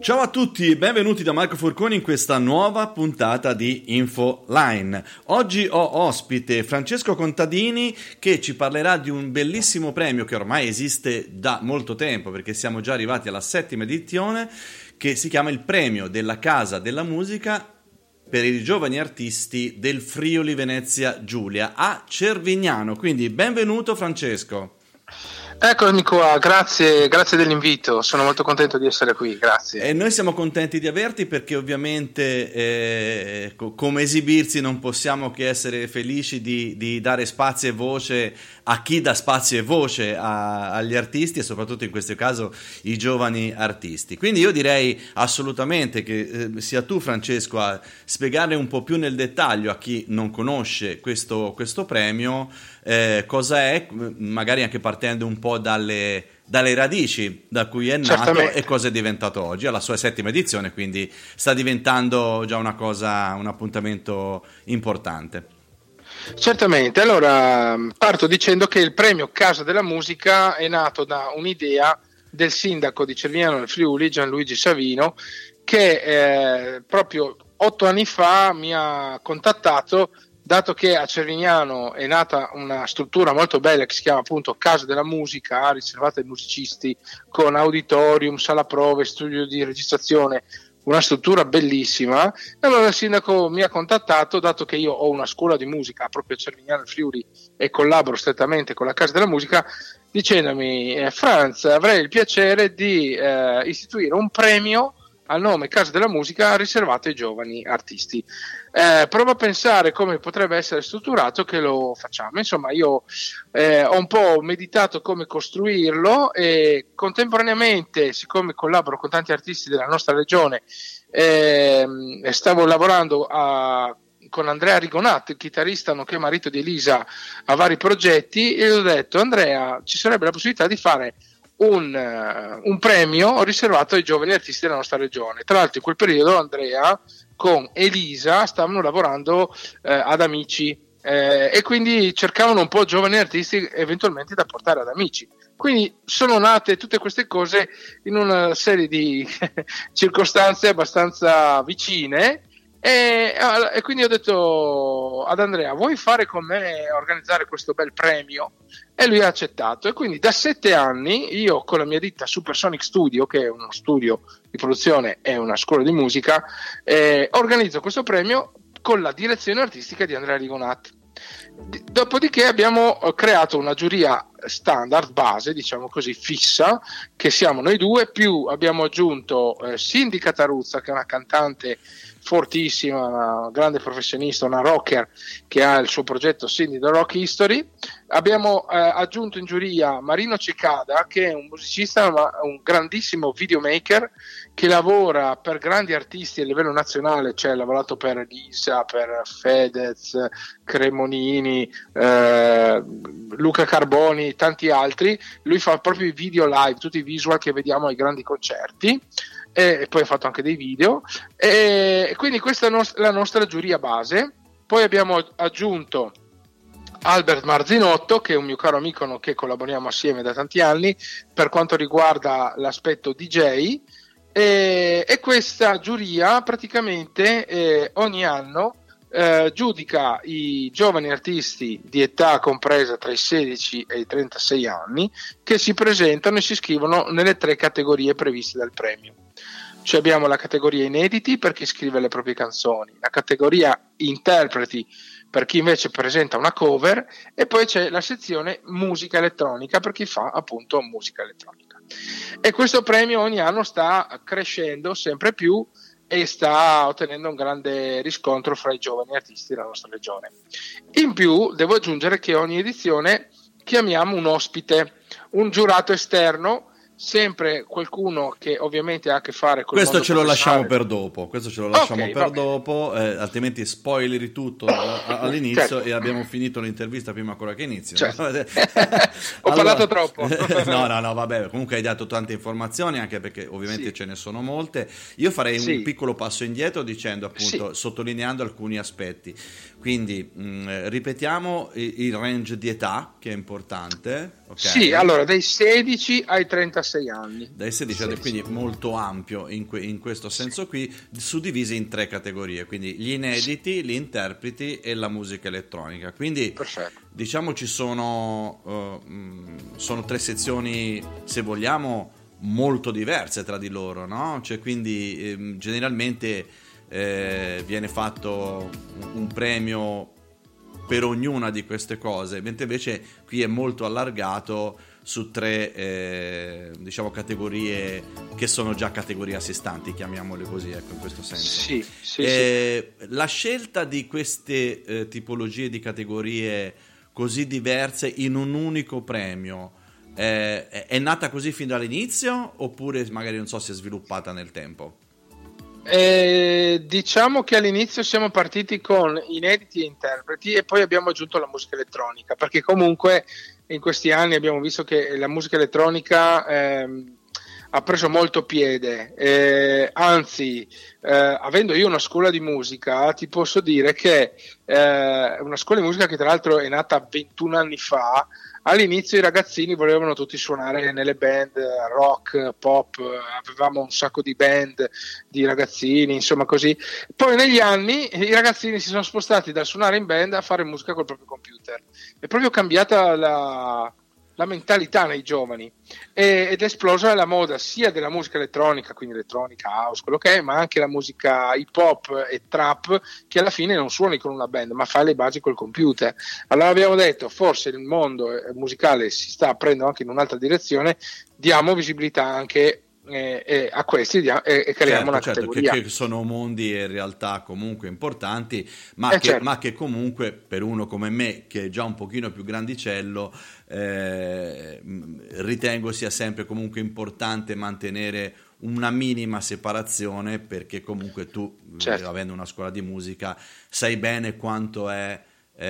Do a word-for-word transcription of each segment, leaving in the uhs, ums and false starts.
Ciao a tutti, benvenuti da Marco Forconi in questa nuova puntata di InfoLine. Oggi ho ospite Francesco Contadini che ci parlerà di un bellissimo premio che ormai esiste da molto tempo, perché siamo già arrivati alla settima edizione, che si chiama il Premio della Casa della Musica per i giovani artisti del Friuli Venezia Giulia a Cervignano. Quindi benvenuto Francesco. Eccomi qua, grazie, grazie dell'invito, sono molto contento di essere qui, grazie. E noi siamo contenti di averti perché ovviamente eh, co- come esibirsi non possiamo che essere felici di, di dare spazio e voce a chi dà spazio e voce a, agli artisti e soprattutto in questo caso i giovani artisti. Quindi io direi assolutamente che eh, sia tu Francesco a spiegare un po' più nel dettaglio a chi non conosce questo, questo premio eh, cosa è, magari anche partendo un po' dalle, dalle radici da cui è nato Certamente. E cosa è diventato oggi, alla sua settima edizione, quindi sta diventando già una cosa, un appuntamento importante. Certamente, allora parto dicendo che il premio Casa della Musica è nato da un'idea del sindaco di Cervignano nel Friuli, Gianluigi Savino, che eh, proprio otto anni fa mi ha contattato, dato che a Cervignano è nata una struttura molto bella che si chiama appunto Casa della Musica, riservata ai musicisti, con auditorium, sala prove, studio di registrazione, una struttura bellissima. E allora il sindaco mi ha contattato, dato che io ho una scuola di musica proprio a Cervignano, Friuli, e collaboro strettamente con la Casa della Musica, dicendomi eh, Franz, avrei il piacere di eh, istituire un premio al nome Casa della Musica riservato ai giovani artisti. Eh, provo a pensare come potrebbe essere strutturato, che lo facciamo. Insomma, io eh, ho un po' meditato come costruirlo e contemporaneamente, siccome collaboro con tanti artisti della nostra regione, eh, stavo lavorando a, con Andrea Rigonat, il chitarrista nonché marito di Elisa, a vari progetti, e ho detto: Andrea, ci sarebbe la possibilità di fare Un, uh, un premio riservato ai giovani artisti della nostra regione. Tra l'altro in quel periodo Andrea con Elisa stavano lavorando uh, ad Amici eh, e quindi cercavano un po' giovani artisti eventualmente da portare ad Amici. Quindi sono nate tutte queste cose in una serie di circostanze abbastanza vicine. E, e quindi ho detto ad Andrea: vuoi fare con me organizzare questo bel premio? E lui ha accettato, e quindi da sette anni io con la mia ditta Supersonic Studio, che è uno studio di produzione e una scuola di musica, eh, organizzo questo premio con la direzione artistica di Andrea Rigonat. D- dopodiché abbiamo creato una giuria standard, base, diciamo così, fissa, che siamo noi due, più abbiamo aggiunto eh, Cindy Cataruzza, che è una cantante fortissima, una grande professionista, una rocker che ha il suo progetto Cindy The Rock History. Abbiamo eh, aggiunto in giuria Marino Cicada, che è un musicista ma un grandissimo videomaker che lavora per grandi artisti a livello nazionale, cioè ha lavorato per Lisa, per Fedez, Cremonini, eh, Luca Carboni, tanti altri. Lui fa proprio i video live, tutti i visual che vediamo ai grandi concerti, e poi ha fatto anche dei video, e quindi questa è la nostra giuria base. Poi abbiamo aggiunto Albert Marzinotto, che è un mio caro amico con che collaboriamo assieme da tanti anni per quanto riguarda l'aspetto D J, e, e questa giuria praticamente eh, ogni anno eh, giudica i giovani artisti di età compresa tra i sedici e i trentasei anni che si presentano e si iscrivono nelle tre categorie previste dal premio. Cioè abbiamo la categoria inediti per chi scrive le proprie canzoni, la categoria interpreti per chi invece presenta una cover, e poi c'è la sezione musica elettronica per chi fa appunto musica elettronica. E questo premio ogni anno sta crescendo sempre più e sta ottenendo un grande riscontro fra i giovani artisti della nostra regione. In più devo aggiungere che ogni edizione chiamiamo un ospite, un giurato esterno, sempre qualcuno che ovviamente ha a che fare con questo il mondo ce lo lasciamo professionale. per dopo questo ce lo lasciamo Okay, per va bene. dopo eh, altrimenti spoileri tutto all'inizio, Certo. e abbiamo finito l'intervista prima ancora che inizi, Certo. no? Ho parlato troppo. no no no vabbè, comunque hai dato tante informazioni, anche perché ovviamente Sì. ce ne sono molte. Io farei Sì. un piccolo passo indietro dicendo appunto, Sì. sottolineando alcuni aspetti. Quindi mh, ripetiamo il range di età, che è importante, Okay. Sì, allora dai sedici ai trentasei anni. Dai sedici anni, quindi molto ampio in, que- in questo senso qui, suddivisi in tre categorie, quindi gli inediti, sì. gli interpreti e la musica elettronica. Quindi perfetto. Diciamo ci sono, uh, sono tre sezioni, se vogliamo, molto diverse tra di loro, no? Cioè, quindi eh, generalmente eh, viene fatto un, un premio per ognuna di queste cose, mentre invece qui è molto allargato su tre eh, diciamo categorie che sono già categorie a sé stanti, chiamiamole così, ecco, in questo senso. Sì, sì, eh, sì. La scelta di queste eh, tipologie di categorie così diverse in un unico premio eh, è nata così fin dall'inizio oppure magari non so si è sviluppata nel tempo? Eh, diciamo che all'inizio siamo partiti con inediti e interpreti e poi abbiamo aggiunto la musica elettronica, perché comunque in questi anni abbiamo visto che la musica elettronica ehm, ha preso molto piede, eh, anzi eh, avendo io una scuola di musica ti posso dire che eh, una scuola di musica che tra l'altro è nata ventuno anni fa. All'inizio i ragazzini volevano tutti suonare nelle band rock, pop, avevamo un sacco di band di ragazzini, insomma così. Poi negli anni i ragazzini si sono spostati dal suonare in band a fare musica col proprio computer. È proprio cambiata la, la mentalità nei giovani e, ed è esplosa la moda sia della musica elettronica, quindi elettronica, house, quello che è, ma anche la musica hip hop e trap che alla fine non suoni con una band ma fai le basi col computer. Allora abbiamo detto forse il mondo musicale si sta aprendo anche in un'altra direzione, diamo visibilità anche E, e a questi diamo, e, e creiamo certo, una certo, categoria che, che sono mondi e realtà comunque importanti, ma, eh che, certo. ma che comunque per uno come me che è già un pochino più grandicello eh, ritengo sia sempre comunque importante mantenere una minima separazione, perché comunque tu certo. avendo una scuola di musica sai bene quanto è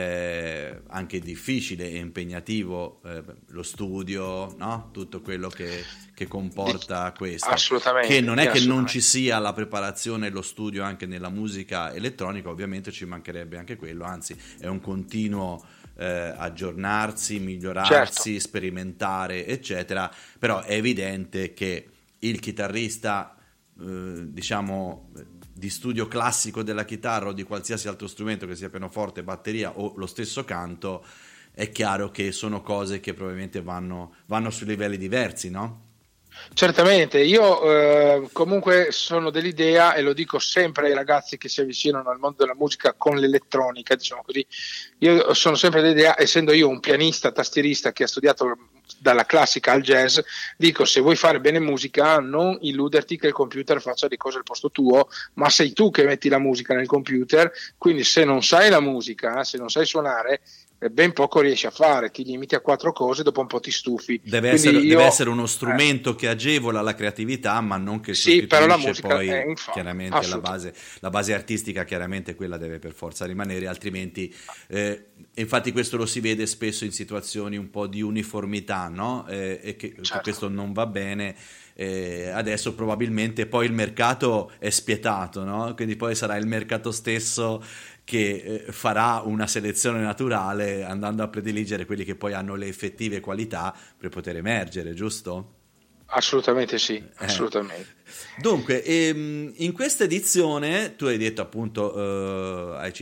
Eh, anche difficile e impegnativo eh, lo studio, no? Tutto quello che, che comporta questo, assolutamente, che non è che non assolutamente. ci sia la preparazione e lo studio anche nella musica elettronica, ovviamente ci mancherebbe anche quello, anzi è un continuo eh, aggiornarsi, migliorarsi, certo. sperimentare eccetera, però è evidente che il chitarrista eh, diciamo di studio classico della chitarra o di qualsiasi altro strumento che sia pianoforte, batteria o lo stesso canto, è chiaro che sono cose che probabilmente vanno, vanno su livelli diversi, no? Certamente, io eh, comunque sono dell'idea e lo dico sempre ai ragazzi che si avvicinano al mondo della musica con l'elettronica, diciamo così, io sono sempre dell'idea, essendo io un pianista, tastierista che ha studiato dalla classica al jazz, dico se vuoi fare bene musica non illuderti che il computer faccia le cose al posto tuo, ma sei tu che metti la musica nel computer, quindi se non sai la musica, se non sai suonare, ben poco riesci a fare, ti limiti a quattro cose, dopo un po' ti stufi. Deve, Quindi essere, io, deve essere uno eh, strumento che agevola la creatività, ma non che sì, però la sostituisce musica poi è infame, chiaramente la base, la base artistica, chiaramente quella deve per forza rimanere, altrimenti eh, infatti questo lo si vede spesso in situazioni un po' di uniformità, no? Eh, e che, certo. questo non va bene. Eh, adesso probabilmente poi il mercato è spietato, no? Quindi poi sarà il mercato stesso che eh, farà una selezione naturale andando a prediligere quelli che poi hanno le effettive qualità per poter emergere, giusto? Assolutamente sì, assolutamente. Eh. Dunque, ehm, in questa edizione tu hai detto appunto, eh, hai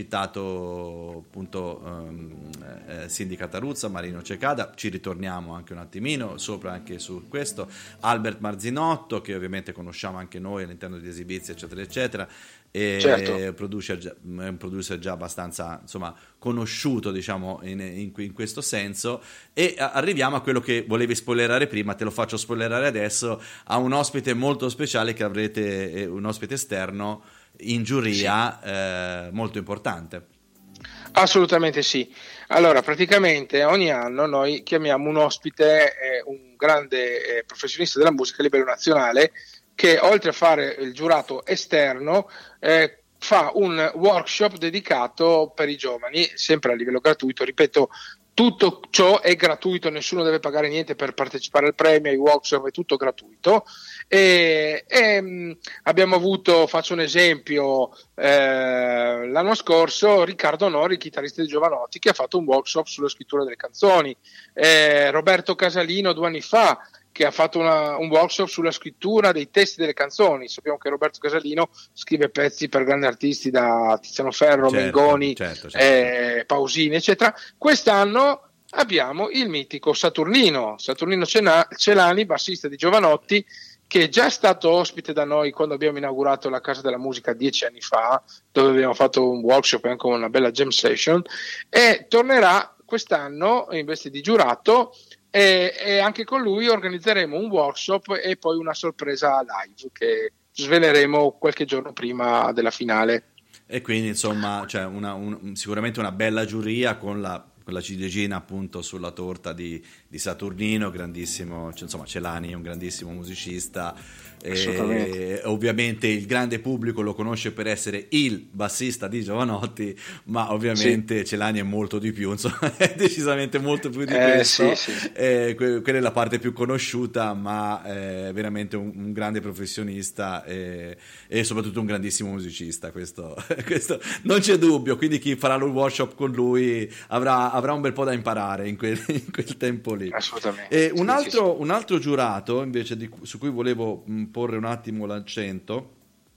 citato appunto ehm, eh, Cindy Cataruzza, Marino Cecada, ci ritorniamo anche un attimino sopra anche su questo, Albert Marzinotto che ovviamente conosciamo anche noi all'interno di Esibizi eccetera eccetera, e certo. producer già, è un producer già abbastanza insomma conosciuto diciamo in, in, in questo senso, e arriviamo a quello che volevi spoilerare prima, te lo faccio spoilerare adesso, a un ospite molto speciale che avrete, un ospite esterno in giuria, sì. eh, molto importante. Assolutamente sì. Allora, praticamente ogni anno noi chiamiamo un ospite, eh, un grande eh, professionista della musica a livello nazionale, che oltre a fare il giurato esterno eh, fa un workshop dedicato per i giovani, sempre a livello gratuito, ripeto, tutto ciò è gratuito, nessuno deve pagare niente per partecipare al premio, ai workshop, è tutto gratuito. E, e mh, abbiamo avuto, faccio un esempio, eh, l'anno scorso Riccardo Nori, chitarrista di Giovanotti, che ha fatto un workshop sulla scrittura delle canzoni, eh, Roberto Casalino due anni fa, che ha fatto una, un workshop sulla scrittura dei testi delle canzoni. Sappiamo che Roberto Casalino scrive pezzi per grandi artisti da Tiziano Ferro, certo, Mengoni, certo, certo. Eh, Pausini, eccetera. Quest'anno abbiamo il mitico Saturnino, Saturnino Celani, bassista di Giovanotti, che è già stato ospite da noi quando abbiamo inaugurato la Casa della Musica dieci anni fa, dove abbiamo fatto un workshop e anche una bella jam session, e tornerà quest'anno in veste di giurato. E, e anche con lui organizzeremo un workshop e poi una sorpresa live che sveleremo qualche giorno prima della finale. E quindi insomma cioè una, un, sicuramente una bella giuria con la, con la ciliegina appunto sulla torta di, di Saturnino, grandissimo, cioè, insomma Celani è un grandissimo musicista, e ovviamente il grande pubblico lo conosce per essere il bassista di Giovanotti, ma ovviamente sì. Celani è molto di più, insomma è decisamente molto più di eh, questo, sì, sì. Eh, que- quella è la parte più conosciuta, ma è veramente un, un grande professionista e, e soprattutto un grandissimo musicista, questo, questo non c'è dubbio, quindi chi farà il workshop con lui avrà, avrà un bel po' da imparare in quel, in quel tempo lì. Assolutamente. E un, sì, altro, sì, sì. un altro giurato invece di, su cui volevo mh, porre un attimo l'accento,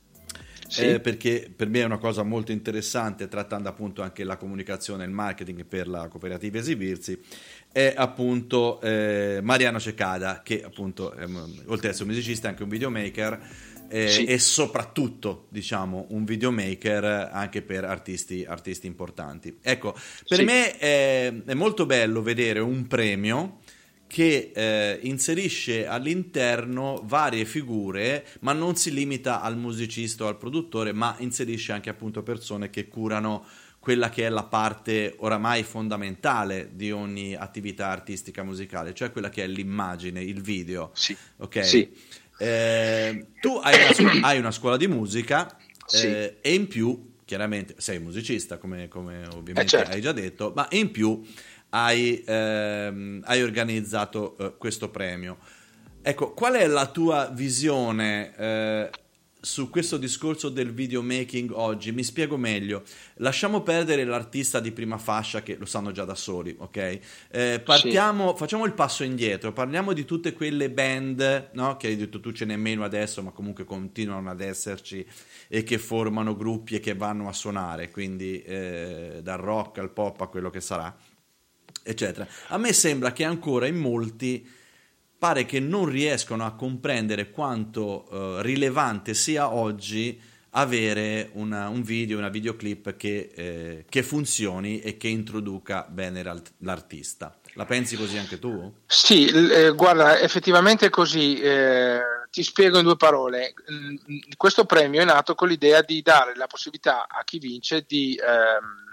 sì. eh, perché per me è una cosa molto interessante, trattando appunto anche la comunicazione e il marketing per la cooperativa Esibirsi, è appunto eh, Mariano Cecada, che appunto è, oltre ad essere un musicista è anche un videomaker, eh, sì. e soprattutto diciamo un videomaker anche per artisti, artisti importanti. Ecco, per sì. me è, è molto bello vedere un premio che eh, inserisce all'interno varie figure, ma non si limita al musicista o al produttore, ma inserisce anche appunto persone che curano quella che è la parte oramai fondamentale di ogni attività artistica musicale, cioè quella che è l'immagine, il video. Sì. Ok? Sì. Eh, tu hai una, scu- hai una scuola di musica, sì. eh, e in più, chiaramente, sei musicista, come, come ovviamente eh certo. hai già detto, ma in più hai, ehm, hai organizzato eh, questo premio. Ecco, qual è la tua visione eh, su questo discorso del videomaking oggi? Mi spiego meglio. Lasciamo perdere l'artista di prima fascia, che lo sanno già da soli, ok? Eh, partiamo, sì. Facciamo il passo indietro, parliamo di tutte quelle band, no? Che hai detto tu ce n'è meno adesso, ma comunque continuano ad esserci e che formano gruppi e che vanno a suonare, quindi eh, dal rock al pop a quello che sarà, eccetera. A me sembra che ancora in molti pare che non riescono a comprendere quanto uh, rilevante sia oggi avere una, un video, una videoclip che, eh, che funzioni e che introduca bene l'artista. La pensi così anche tu? Sì, eh, guarda, effettivamente è così. Eh, ti spiego in due parole. Questo premio è nato con l'idea di dare la possibilità a chi vince di ehm,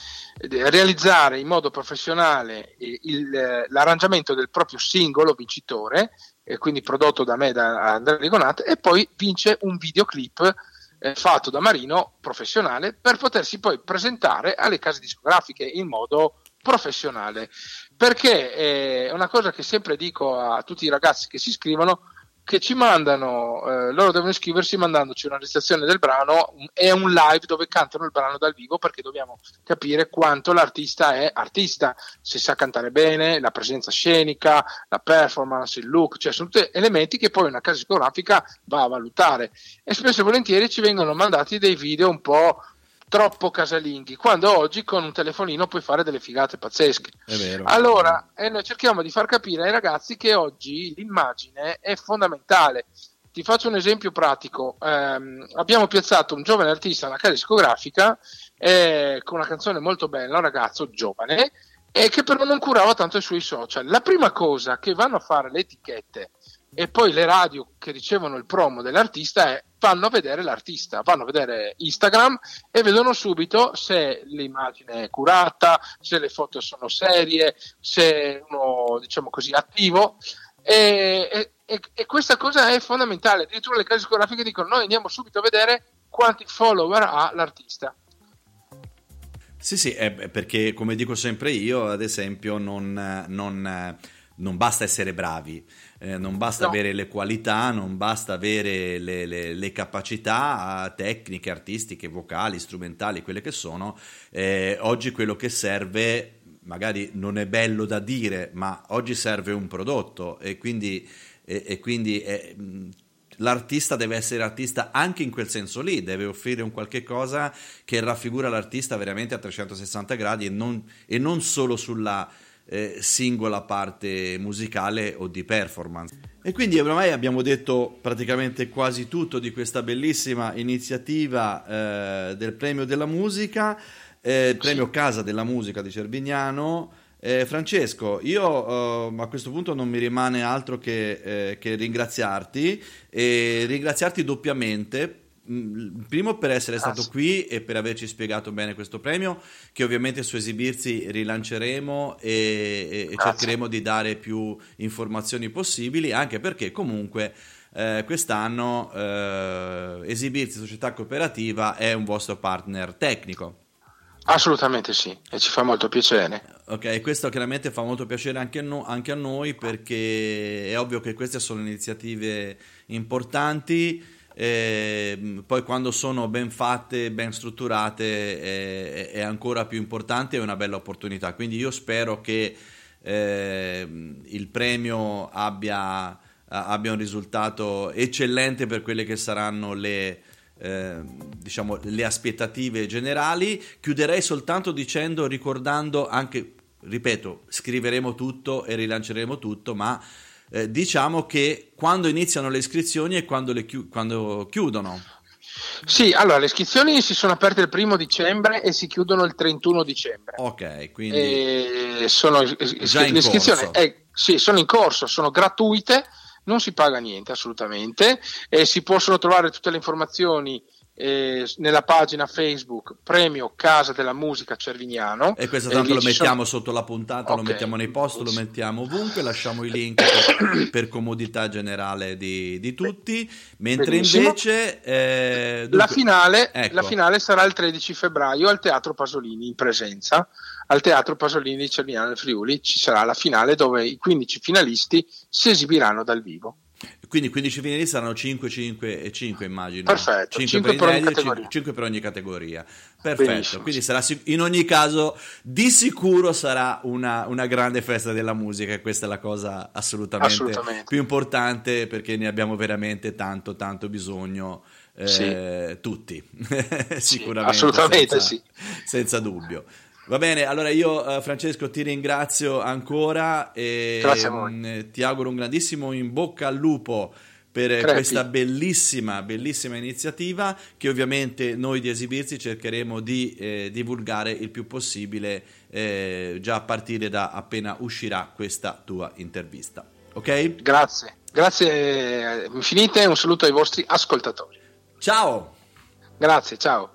realizzare in modo professionale il, l'arrangiamento del proprio singolo vincitore, e quindi prodotto da me, da Andrea Rigonat, e poi vince un videoclip eh, fatto da Marino professionale per potersi poi presentare alle case discografiche in modo professionale, perché è una cosa che sempre dico a tutti i ragazzi che si iscrivono, che ci mandano, eh, loro devono iscriversi mandandoci una registrazione del brano e un, un live dove cantano il brano dal vivo, perché dobbiamo capire quanto l'artista è artista, se sa cantare bene, la presenza scenica, la performance, il look, cioè sono tutti elementi che poi una casa discografica va a valutare, e spesso e volentieri ci vengono mandati dei video un po' troppo casalinghi, quando oggi con un telefonino puoi fare delle figate pazzesche. È vero. Allora, e noi cerchiamo di far capire ai ragazzi che oggi l'immagine è fondamentale. Ti faccio un esempio pratico. Eh, abbiamo piazzato un giovane artista alla casa discografica eh, con una canzone molto bella, un ragazzo giovane, e che però non curava tanto i suoi social. La prima cosa che vanno a fare le etichette e poi le radio che ricevono il promo dell'artista è vanno a vedere l'artista, vanno a vedere Instagram e vedono subito se l'immagine è curata, se le foto sono serie, se uno, diciamo così, attivo, e, e, e questa cosa è fondamentale. Addirittura le case discografiche dicono: noi andiamo subito a vedere quanti follower ha l'artista. Sì, sì, è perché come dico sempre io, ad esempio, non, non, non basta essere bravi, eh, non basta No. avere le qualità, non basta avere le, le, le capacità tecniche, artistiche, vocali, strumentali, quelle che sono. Eh, oggi quello che serve, magari non è bello da dire, ma oggi serve un prodotto e quindi, e, e quindi è, l'artista deve essere artista anche in quel senso lì, deve offrire un qualche cosa che raffigura l'artista veramente a trecentosessanta gradi e non, e non solo sulla eh, singola parte musicale o di performance. E quindi ormai abbiamo detto praticamente quasi tutto di questa bellissima iniziativa eh, del Premio della Musica, eh, il Premio Casa della Musica di Cervignano. Eh, Francesco, io eh, a questo punto non mi rimane altro che, eh, che ringraziarti e ringraziarti doppiamente. Primo per essere stato qui e per averci spiegato bene questo premio, che ovviamente su Esibirsi rilanceremo e, e cercheremo di dare più informazioni possibili, anche perché comunque eh, quest'anno eh, Esibirsi Società Cooperativa è un vostro partner tecnico. Assolutamente sì, e ci fa molto piacere. Ok, questo chiaramente fa molto piacere anche a, no- anche a noi, perché è ovvio che queste sono iniziative importanti, eh, poi quando sono ben fatte, ben strutturate è, è ancora più importante, è una bella opportunità, quindi io spero che eh, il premio abbia, abbia un risultato eccellente per quelle che saranno le Eh, diciamo le aspettative generali. Chiuderei soltanto dicendo, ricordando anche, ripeto, scriveremo tutto e rilanceremo tutto, ma eh, diciamo che quando iniziano le iscrizioni e quando, le chi- quando chiudono. Sì, allora le iscrizioni si sono aperte il primo dicembre e si chiudono il trentuno dicembre. Ok, quindi e sono già in le iscrizioni corso. eh, sì, sono in corso, sono gratuite, non si paga niente assolutamente, e si possono trovare tutte le informazioni eh, nella pagina Facebook Premio Casa della Musica Cervignano, E questo e tanto lì lo ci mettiamo sono... sotto la puntata, Ok, lo mettiamo nei post, lo benissimo. mettiamo ovunque, lasciamo i link per, per comodità generale di, di tutti, mentre Benissimo. invece eh, dunque, la, finale, ecco. la finale sarà il tredici febbraio al Teatro Pasolini, in presenza al Teatro Pasolini di Cervignano del Friuli. Ci sarà la finale dove i quindici finalisti si esibiranno dal vivo. Quindi quindici finalisti saranno cinque, cinque e cinque, immagino. Perfetto, cinque, cinque per, per ogni inediti, categoria. cinque per ogni categoria. Perfetto, Benissimo, quindi sì. sarà sic- in ogni caso, di sicuro sarà una, una grande festa della musica, e questa è la cosa assolutamente, Assolutamente. più importante, perché ne abbiamo veramente tanto, tanto bisogno eh, Sì. tutti. Sì, Sicuramente, assolutamente senza, sì. senza dubbio. Va bene, allora io eh, Francesco ti ringrazio ancora e Grazie a voi. mh, ti auguro un grandissimo in bocca al lupo per Crepi. questa bellissima, bellissima iniziativa, che ovviamente noi di Esibirsi cercheremo di eh, divulgare il più possibile eh, già a partire da appena uscirà questa tua intervista. Ok? Grazie, grazie infinite e un saluto ai vostri ascoltatori. Ciao! Grazie, ciao.